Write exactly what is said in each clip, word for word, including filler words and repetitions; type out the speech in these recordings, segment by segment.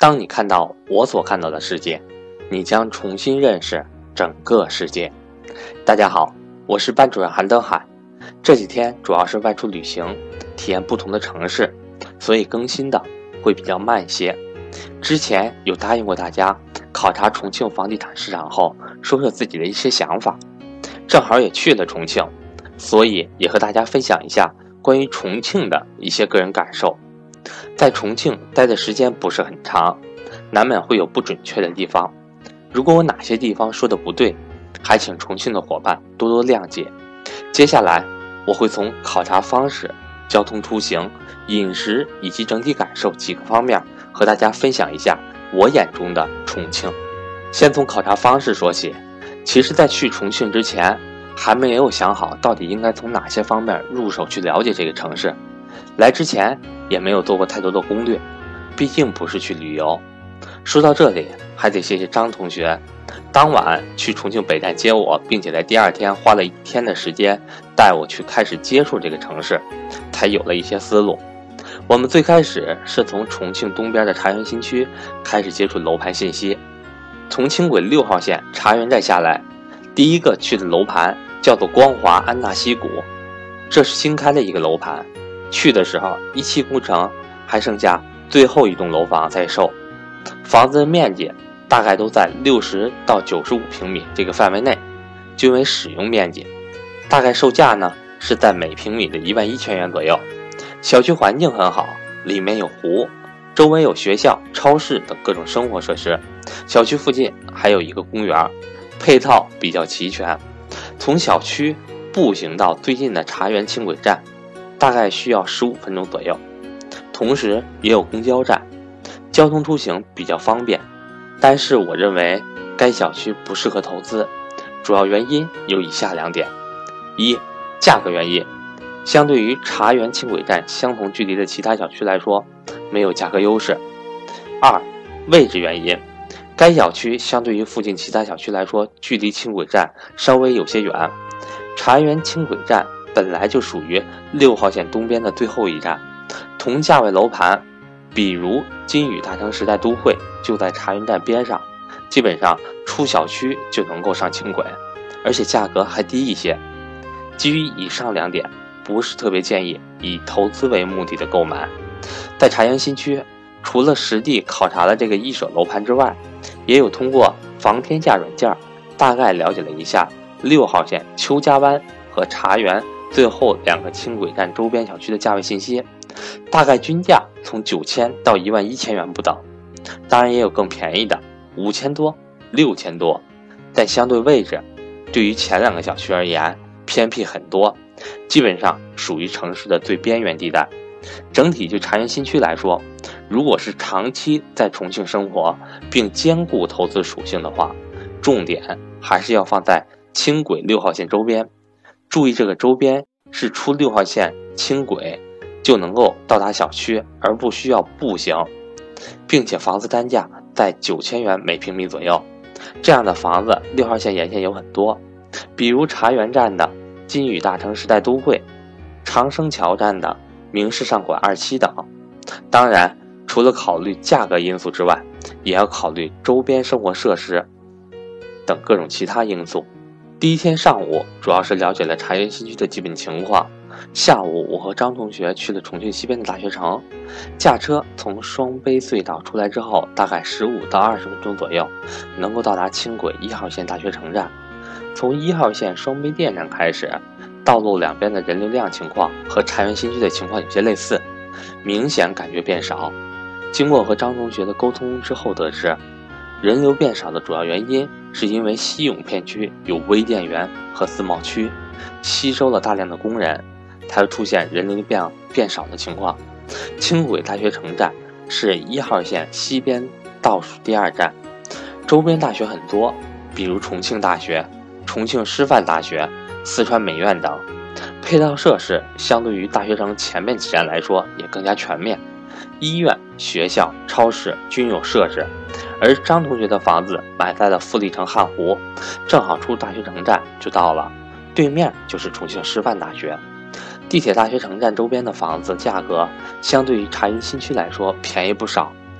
当你看到我所看到的世界，你将重新认识整个世界。大家好，我是班主任韩登海。这几天主要是外出旅行，体验不同的城市，所以更新的会比较慢些。之前有答应过大家考察重庆房地产市场后，说说自己的一些想法。正好也去了重庆，所以也和大家分享一下关于重庆的一些个人感受。在重庆待的时间不是很长，难免会有不准确的地方。如果我哪些地方说的不对，还请重庆的伙伴多多谅解。接下来我会从考察方式、交通出行、饮食以及整体感受几个方面和大家分享一下我眼中的重庆。先从考察方式说起。其实在去重庆之前，还没有想好到底应该从哪些方面入手去了解这个城市。来之前也没有做过太多的攻略，毕竟不是去旅游。说到这里，还得谢谢张同学，当晚去重庆北站接我，并且在第二天花了一天的时间带我去开始接触这个城市，才有了一些思路。我们最开始是从重庆东边的茶园新区开始接触楼盘信息。从轻轨六号线茶园站下来，第一个去的楼盘叫做光华安纳西谷，这是新开的一个楼盘。去的时候一期工程还剩下最后一栋楼房在售，房子的面积大概都在六十到九十五平米这个范围内，均为使用面积。大概售价呢是在每平米的一万一千元左右。小区环境很好，里面有湖，周围有学校、超市等各种生活设施。小区附近还有一个公园，配套比较齐全。从小区步行到最近的茶园轻轨站，大概需要十五分钟左右。同时也有公交站，交通出行比较方便。但是我认为该小区不适合投资，主要原因有以下两点：一、价格原因，相对于茶园轻轨站相同距离的其他小区来说，没有价格优势；二、位置原因，该小区相对于附近其他小区来说，距离轻轨站稍微有些远。茶园轻轨站本来就属于六号线东边的最后一站，同价位楼盘，比如金宇大城时代都会就在茶园站边上，基本上出小区就能够上轻轨，而且价格还低一些。基于以上两点，不是特别建议以投资为目的的购买。在茶园新区，除了实地考察了这个一手楼盘之外，也有通过房天价软件大概了解了一下六号线邱家湾和茶园最后两个轻轨站周边小区的价位信息，大概均价从九千到一万一千元不等。当然也有更便宜的五千多、六千多，但相对位置对于前两个小区而言偏僻很多，基本上属于城市的最边缘地带。整体就茶园新区来说，如果是长期在重庆生活并兼顾投资属性的话，重点还是要放在轻轨六号线周边。注意这个周边是出六号线轻轨就能够到达小区，而不需要步行，并且房子单价在九千元每平米左右。这样的房子六号线沿线有很多，比如茶园站的金宇大城时代都会，长生桥站的明市上馆二期等。当然除了考虑价格因素之外，也要考虑周边生活设施等各种其他因素。第一天上午主要是了解了茶园新区的基本情况，下午我和张同学去了重庆西边的大学城，驾车从双碑隧道出来之后，大概十五到二十分钟左右能够到达轻轨一号线大学城站。从一号线双碑店站开始，道路两边的人流量情况和茶园新区的情况有些类似，明显感觉变少。经过和张同学的沟通之后得知，人流变少的主要原因是因为西涌片区有微电园和自贸区，吸收了大量的工人，才会出现人流变变少的情况。轻轨大学城站是一号线西边倒数第二站，周边大学很多，比如重庆大学、重庆师范大学、四川美院等，配套设施相对于大学城前面几站来说也更加全面，医院、学校、超市均有设置。而张同学的房子买在了富力城汉湖，正好出大学城站就到了，对面就是重庆师范大学。地铁大学城站周边的房子价格相对于茶园新区来说便宜不少，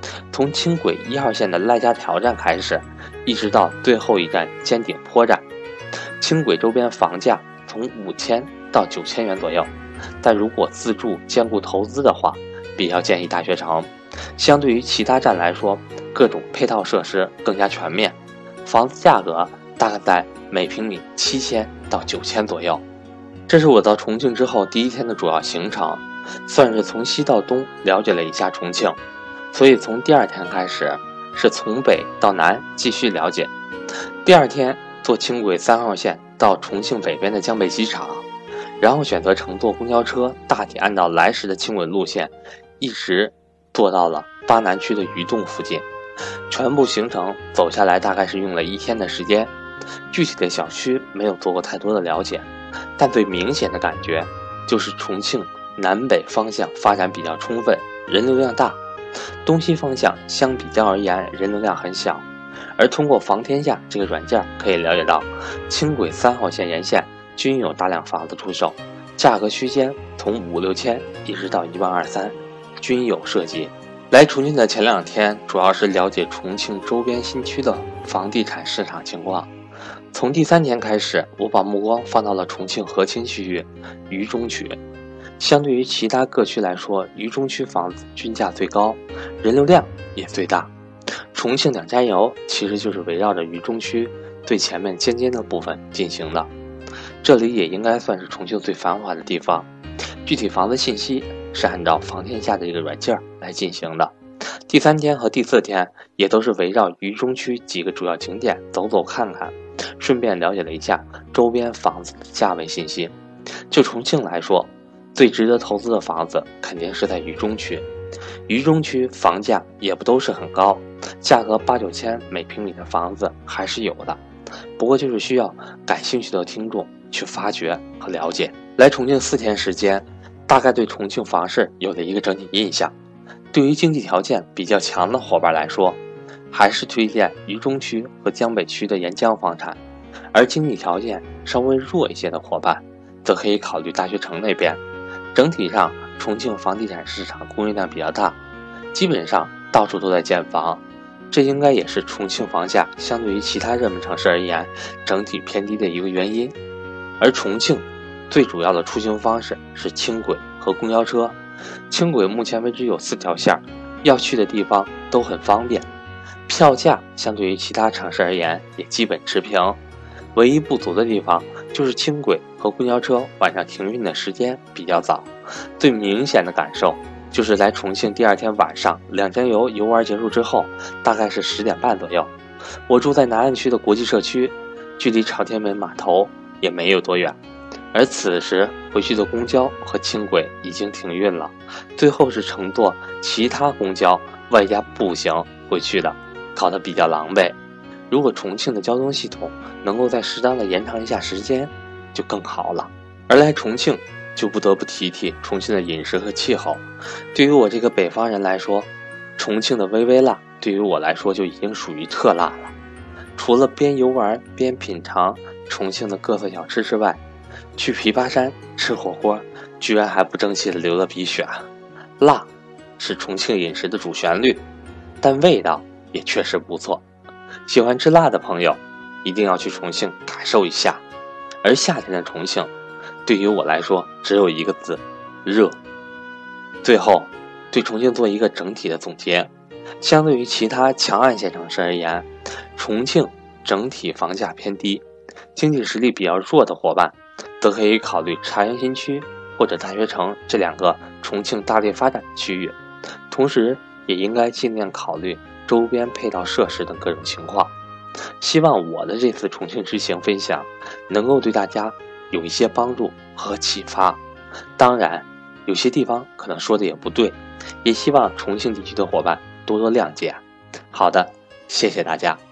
从轻轨一号线的赖家桥站开始，一直到最后一站尖顶坡站，轻轨周边房价从五千到九千元左右。但如果自住兼顾投资的话，比较建议大学城。相对于其他站来说，各种配套设施更加全面，房子价格大概在每平米七千到九千左右。这是我到重庆之后第一天的主要行程，算是从西到东了解了一下重庆。所以从第二天开始是从北到南继续了解。第二天坐轻轨三号线到重庆北边的江北机场，然后选择乘坐公交车，大体按照来时的轻轨路线，一直坐到了巴南区的鱼洞附近。全部行程走下来大概是用了一天的时间，具体的小区没有做过太多的了解，但最明显的感觉就是重庆南北方向发展比较充分，人流量大，东西方向相比较而言人流量很小。而通过房天下这个软件可以了解到，轻轨三号线沿线均有大量房子出售，价格区间从五六千一直到一万二三均有涉及。来重庆的前两天主要是了解重庆周边新区的房地产市场情况。从第三天开始，我把目光放到了重庆核心区域渝中区。相对于其他各区来说，渝中区房子均价最高，人流量也最大。重庆两站游其实就是围绕着渝中区最前面尖尖的部分进行的，这里也应该算是重庆最繁华的地方。具体房子信息是按照房天下的这个软件来进行的。第三天和第四天也都是围绕渝中区几个主要景点走走看看，顺便了解了一下周边房子的价位信息。就重庆来说，最值得投资的房子肯定是在渝中区。渝中区房价也不都是很高，价格八九千每平米的房子还是有的，不过就是需要感兴趣的听众去发掘和了解。来重庆四天时间，大概对重庆房市有了一个整体印象。对于经济条件比较强的伙伴来说，还是推荐渝中区和江北区的沿江房产，而经济条件稍微弱一些的伙伴则可以考虑大学城那边。整体上重庆房地产市场供应量比较大，基本上到处都在建房，这应该也是重庆房价相对于其他热门城市而言整体偏低的一个原因。而重庆最主要的出行方式是轻轨和公交车，轻轨目前为止有四条线，要去的地方都很方便，票价相对于其他城市而言也基本持平，唯一不足的地方就是轻轨和公交车晚上停运的时间比较早。最明显的感受就是来重庆第二天晚上两江游游玩结束之后，大概是十点半左右，我住在南岸区的国际社区，距离朝天门码头也没有多远，而此时回去的公交和轻轨已经停运了，最后是乘坐其他公交外加步行回去的，搞得比较狼狈。如果重庆的交通系统能够再适当的延长一下时间就更好了。而来重庆就不得不提提重庆的饮食和气候。对于我这个北方人来说，重庆的微微辣对于我来说就已经属于特辣了。除了边游玩边品尝重庆的各色小吃之外，去琵琶山吃火锅居然还不争气的流了鼻血。辣是重庆饮食的主旋律，但味道也确实不错，喜欢吃辣的朋友一定要去重庆感受一下。而夏天的重庆对于我来说只有一个字，热。最后对重庆做一个整体的总结，相对于其他强岸线城市而言，重庆整体房价偏低，经济实力比较弱的伙伴则可以考虑茶园新区或者大学城这两个重庆大力发展区域，同时也应该尽量考虑周边配套设施等各种情况。希望我的这次重庆之行分享能够对大家有一些帮助和启发，当然有些地方可能说的也不对，也希望重庆地区的伙伴多多谅解。好的，谢谢大家。